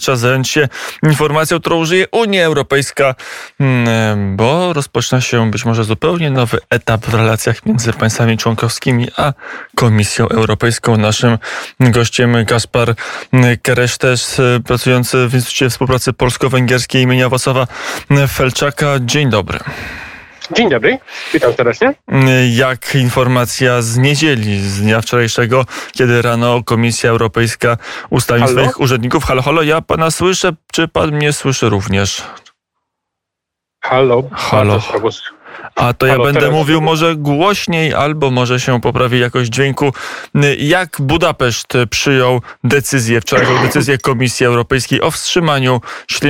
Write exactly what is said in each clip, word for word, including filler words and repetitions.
Trzeba zająć się informacją, którą użyje Unia Europejska, bo rozpoczyna się być może zupełnie nowy etap w relacjach między państwami członkowskimi a Komisją Europejską. Naszym gościem Gaspar Keresztes, pracujący w Instytucie Współpracy Polsko-Węgierskiej imienia Wacława Felczaka. Dzień dobry. Dzień dobry, witam serdecznie. Jak informacja z niedzieli, z dnia wczorajszego, kiedy rano Komisja Europejska ustami Halo? swoich urzędników. Halo, halo, ja pana słyszę, czy pan mnie słyszy również? Halo. Halo. A to ja Halo, będę teraz... mówił może głośniej, albo może się poprawi jakość dźwięku. Jak Budapeszt przyjął decyzję, wczorajszą decyzję Komisji Europejskiej o wstrzymaniu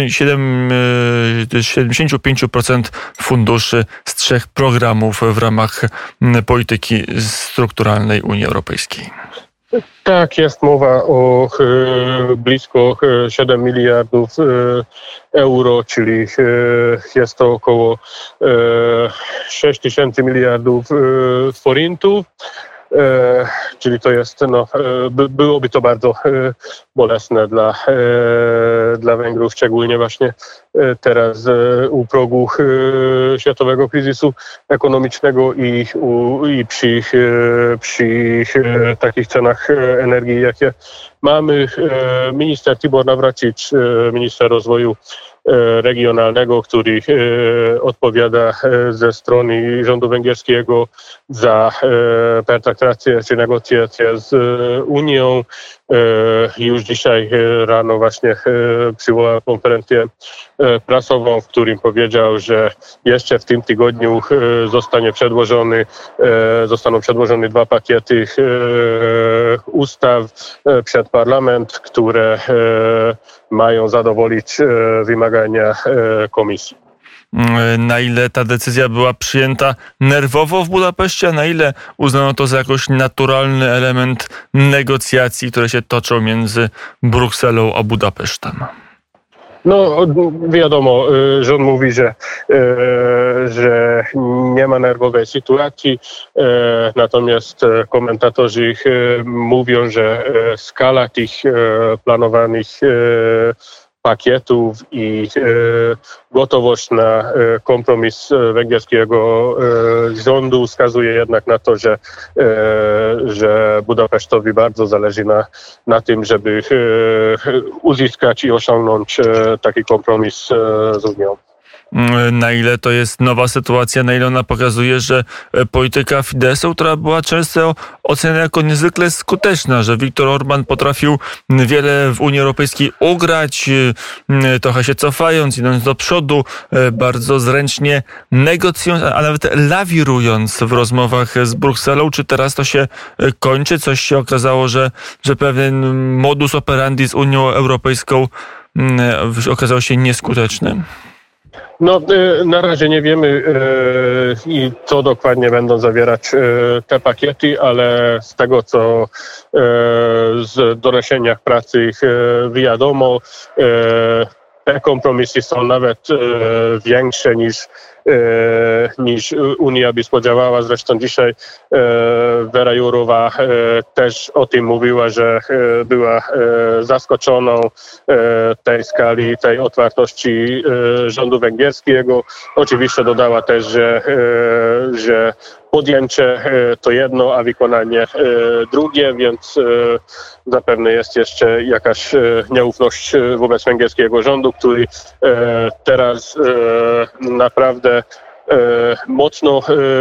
siedemdziesiąt pięć procent funduszy z trzech programów w ramach polityki strukturalnej Unii Europejskiej? Tak, jest mowa o e, blisko siedem miliardów e, euro, czyli e, jest to około e, sześć tysięcy miliardów e, forintów. E, czyli to jest, no, e, by, byłoby to bardzo e, bolesne dla, e, dla Węgrów, szczególnie właśnie e, teraz e, u progu e, światowego kryzysu ekonomicznego i, u, i przy, e, przy e, takich cenach energii, jakie mamy. E, minister Tibor Navračić, e, minister rozwoju regionalnego, który e, odpowiada e, ze strony rządu węgierskiego za e, pertraktację czy negocjacje z e, Unią. E, już dzisiaj e, rano właśnie e, przywołał konferencję e, prasową, w którym powiedział, że jeszcze w tym tygodniu e, zostanie przedłożony, e, zostaną przedłożone dwa pakiety e, ustaw e, przed parlament, które e, mają zadowolić e, wymagania e, komisji. Na ile ta decyzja była przyjęta nerwowo w Budapeszcie, a na ile uznano to za jakoś naturalny element negocjacji, które się toczą między Brukselą a Budapesztem? No wiadomo, rząd mówi, że, że nie ma nerwowej sytuacji, natomiast komentatorzy mówią, że skala tych planowanych pakietów i e, gotowość na e, kompromis węgierskiego e, rządu wskazuje jednak na to, że, e, że Budapesztowi bardzo zależy na, na tym, żeby e, uzyskać i osiągnąć e, taki kompromis e, z Unią. Na ile to jest nowa sytuacja, na ile ona pokazuje, że polityka Fideszu, która była często oceniana jako niezwykle skuteczna, że Viktor Orbán potrafił wiele w Unii Europejskiej ugrać, trochę się cofając, idąc do przodu, bardzo zręcznie negocjując, a nawet lawirując w rozmowach z Brukselą. Czy teraz to się kończy? Coś się okazało, że, że pewien modus operandi z Unią Europejską okazał się nieskuteczny? No, na razie nie wiemy, i co dokładnie będą zawierać te pakiety, ale z tego, co z doniesieniach pracy wiadomo, te kompromisy są nawet większe niż niż Unia by spodziewała. Zresztą dzisiaj Vera Jourová też o tym mówiła, że była zaskoczoną tej skali, tej otwartości rządu węgierskiego. Oczywiście dodała też, że, że podjęcie to jedno, a wykonanie drugie, więc zapewne jest jeszcze jakaś nieufność wobec węgierskiego rządu, który teraz naprawdę mocno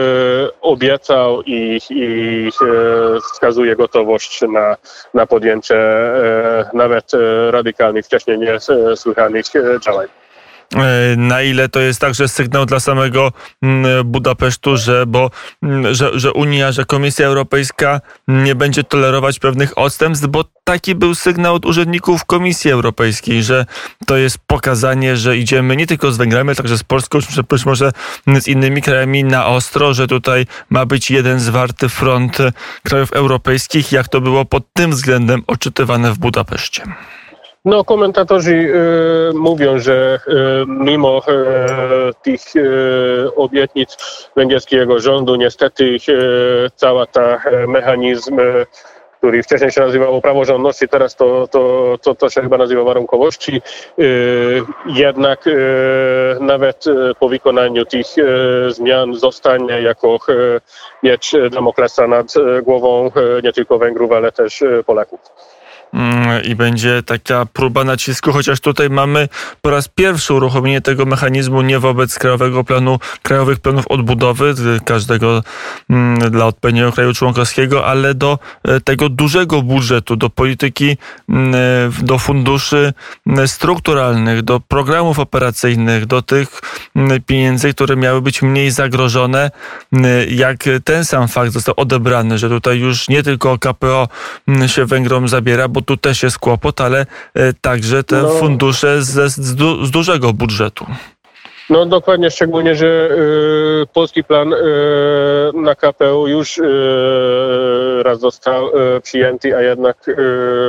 obiecał i, i wskazuje gotowość na, na podjęcie nawet radykalnych, wcześniej niesłychanych działań. Na ile to jest także sygnał dla samego Budapesztu, że, bo, że, że Unia, że Komisja Europejska nie będzie tolerować pewnych odstępstw, bo taki był sygnał od urzędników Komisji Europejskiej, że to jest pokazanie, że idziemy nie tylko z Węgrami, ale także z Polską, czy być może z innymi krajami na ostro, że tutaj ma być jeden zwarty front krajów europejskich. Jak to było pod tym względem odczytywane w Budapeszcie? No, komentatorzy y, mówią, że y, mimo y, tych y, obietnic węgierskiego rządu, niestety y, cała ta mechanizm y, który wcześniej się nazywało praworządności, teraz to, to, to, to się chyba nazywa warunkowości. Jednak nawet po wykonaniu tych zmian zostanie jako miecz Damoklesa nad głową nie tylko Węgrów, ale też Polaków. I będzie taka próba nacisku, chociaż tutaj mamy po raz pierwszy uruchomienie tego mechanizmu nie wobec Krajowego Planu, Krajowych Planów Odbudowy, każdego dla odpowiedniego kraju członkowskiego, ale do tego dużego budżetu, do polityki, do funduszy strukturalnych, do programów operacyjnych, do tych pieniędzy, które miały być mniej zagrożone, jak ten sam fakt został odebrany, że tutaj już nie tylko K P O się Węgrom zabiera, bo tu też jest kłopot, ale także te no, fundusze z, z, du, z dużego budżetu. No dokładnie, szczególnie, że y, polski plan y, na K P O już y, raz został y, przyjęty, a jednak y,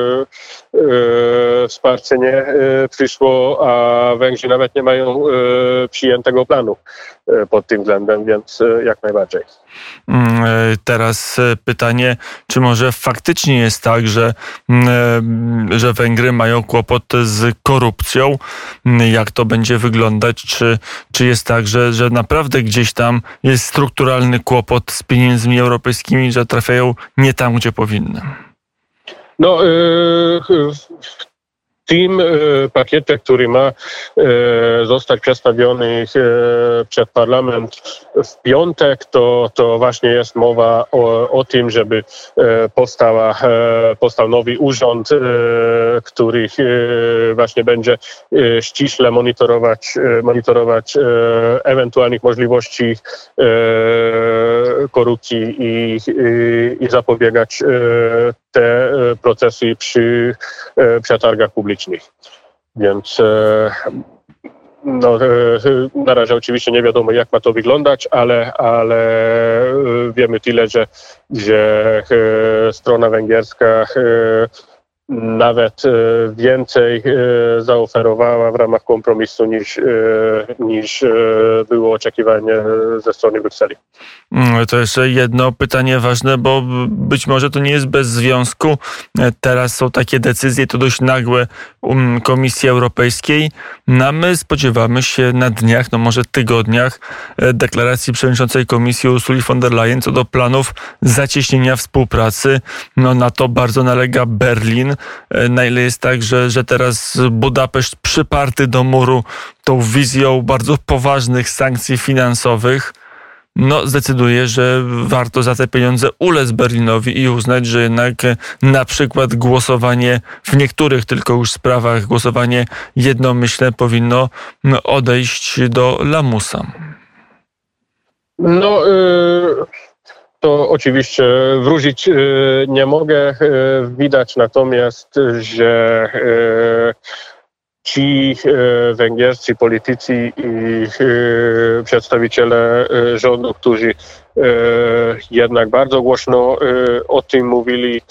y, wsparcie nie y, przyszło, a Węgrzy nawet nie mają y, przyjętego planu y, pod tym względem, więc y, jak najbardziej. Teraz pytanie, czy może faktycznie jest tak, że, że Węgry mają kłopot z korupcją? Jak to będzie wyglądać? Czy, czy jest tak, że, że naprawdę gdzieś tam jest strukturalny kłopot z pieniędzmi europejskimi, że trafiają nie tam, gdzie powinny? No, yy, w tym pakiecie, który ma zostać przedstawiony przed parlament w piątek, to, to właśnie jest mowa o, o tym, żeby powstała, powstał nowy urząd, który właśnie będzie ściśle monitorować, monitorować ewentualnych możliwości korupcji i, i, i zapobiegać te procesy przy przetargach publicznych. Więc no, na razie oczywiście nie wiadomo, jak ma to wyglądać, ale, ale wiemy tyle, że, że strona węgierska nawet więcej zaoferowała w ramach kompromisu niż, niż było oczekiwanie ze strony Brukseli. To jeszcze jedno pytanie ważne, bo być może to nie jest bez związku. Teraz są takie decyzje, to dość nagłe Komisji Europejskiej. No my spodziewamy się na dniach, no może tygodniach, deklaracji przewodniczącej Komisji Ursuli von der Leyen co do planów zacieśnienia współpracy. No na to bardzo nalega Berlin. Na ile jest tak, że, że teraz Budapeszt przyparty do muru tą wizją bardzo poważnych sankcji finansowych, no zdecyduje, że warto za te pieniądze ulec Berlinowi i uznać, że jednak na przykład głosowanie w niektórych tylko już sprawach, głosowanie jednomyślne powinno odejść do lamusa. No... Y- To oczywiście wróżyć nie mogę. Widać natomiast, że ci węgierscy politycy i przedstawiciele rządu, którzy jednak bardzo głośno o tym mówili,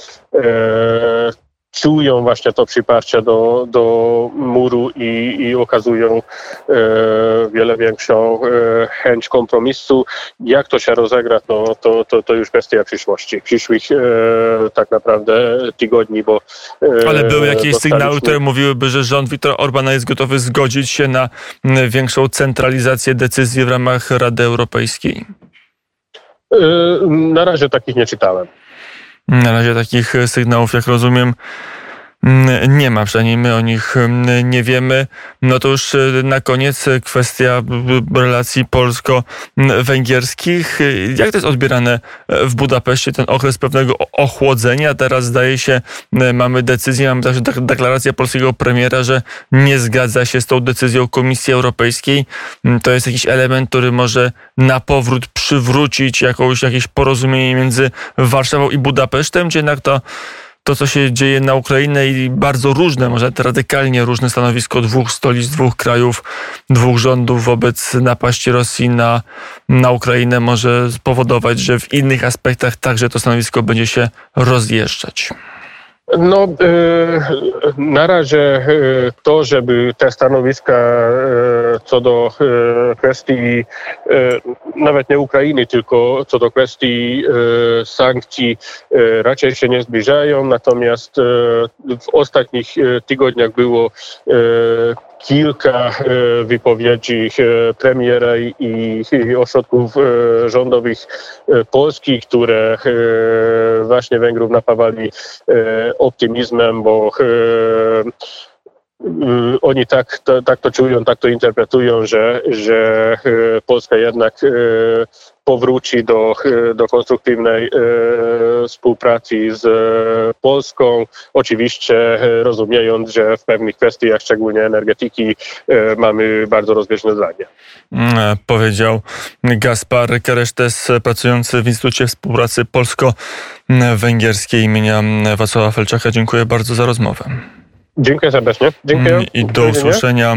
czują właśnie to przyparcie do, do muru i, i okazują e, wiele większą e, chęć kompromisu. Jak to się rozegra, to, to, to, to już kwestia przyszłości, przyszłych e, tak naprawdę tygodni, bo... E, Ale były jakieś sygnały, które mówiłyby, że rząd Viktora Orbana jest gotowy zgodzić się na większą centralizację decyzji w ramach Rady Europejskiej? E, na razie takich nie czytałem. Na razie takich sygnałów, jak rozumiem, nie ma, przynajmniej my o nich nie wiemy. No to już na koniec kwestia relacji polsko-węgierskich. Jak to jest odbierane w Budapeszcie, ten okres pewnego ochłodzenia? Teraz zdaje się, mamy decyzję, mamy także deklarację polskiego premiera, że nie zgadza się z tą decyzją Komisji Europejskiej. To jest jakiś element, który może na powrót przywrócić jakąś, jakieś porozumienie między Warszawą i Budapesztem, czy jednak to To, co się dzieje na Ukrainie i bardzo różne, może radykalnie różne stanowisko dwóch stolic, dwóch krajów, dwóch rządów wobec napaści Rosji na, na Ukrainę może spowodować, że w innych aspektach także to stanowisko będzie się rozjeżdżać. No, na razie to, żeby te stanowiska co do kwestii nawet nie Ukrainy, tylko co do kwestii sankcji raczej się nie zbliżają, natomiast w ostatnich tygodniach było kilka wypowiedzi premiera i ośrodków rządowych polskich, które właśnie Węgrów napawali optymizmem, bo oni tak to, tak to czują, tak to interpretują, że, że Polska jednak powróci do, do konstruktywnej współpracy z Polską. Oczywiście rozumiejąc, że w pewnych kwestiach, szczególnie energetyki, mamy bardzo rozbieżne zdanie. Powiedział Gaspar Keresztes, pracujący w Instytucie Współpracy Polsko-Węgierskiej imienia Wacława Felczaka. Dziękuję bardzo za rozmowę. Dziękuję serdecznie. Dziękuję. I do usłyszenia.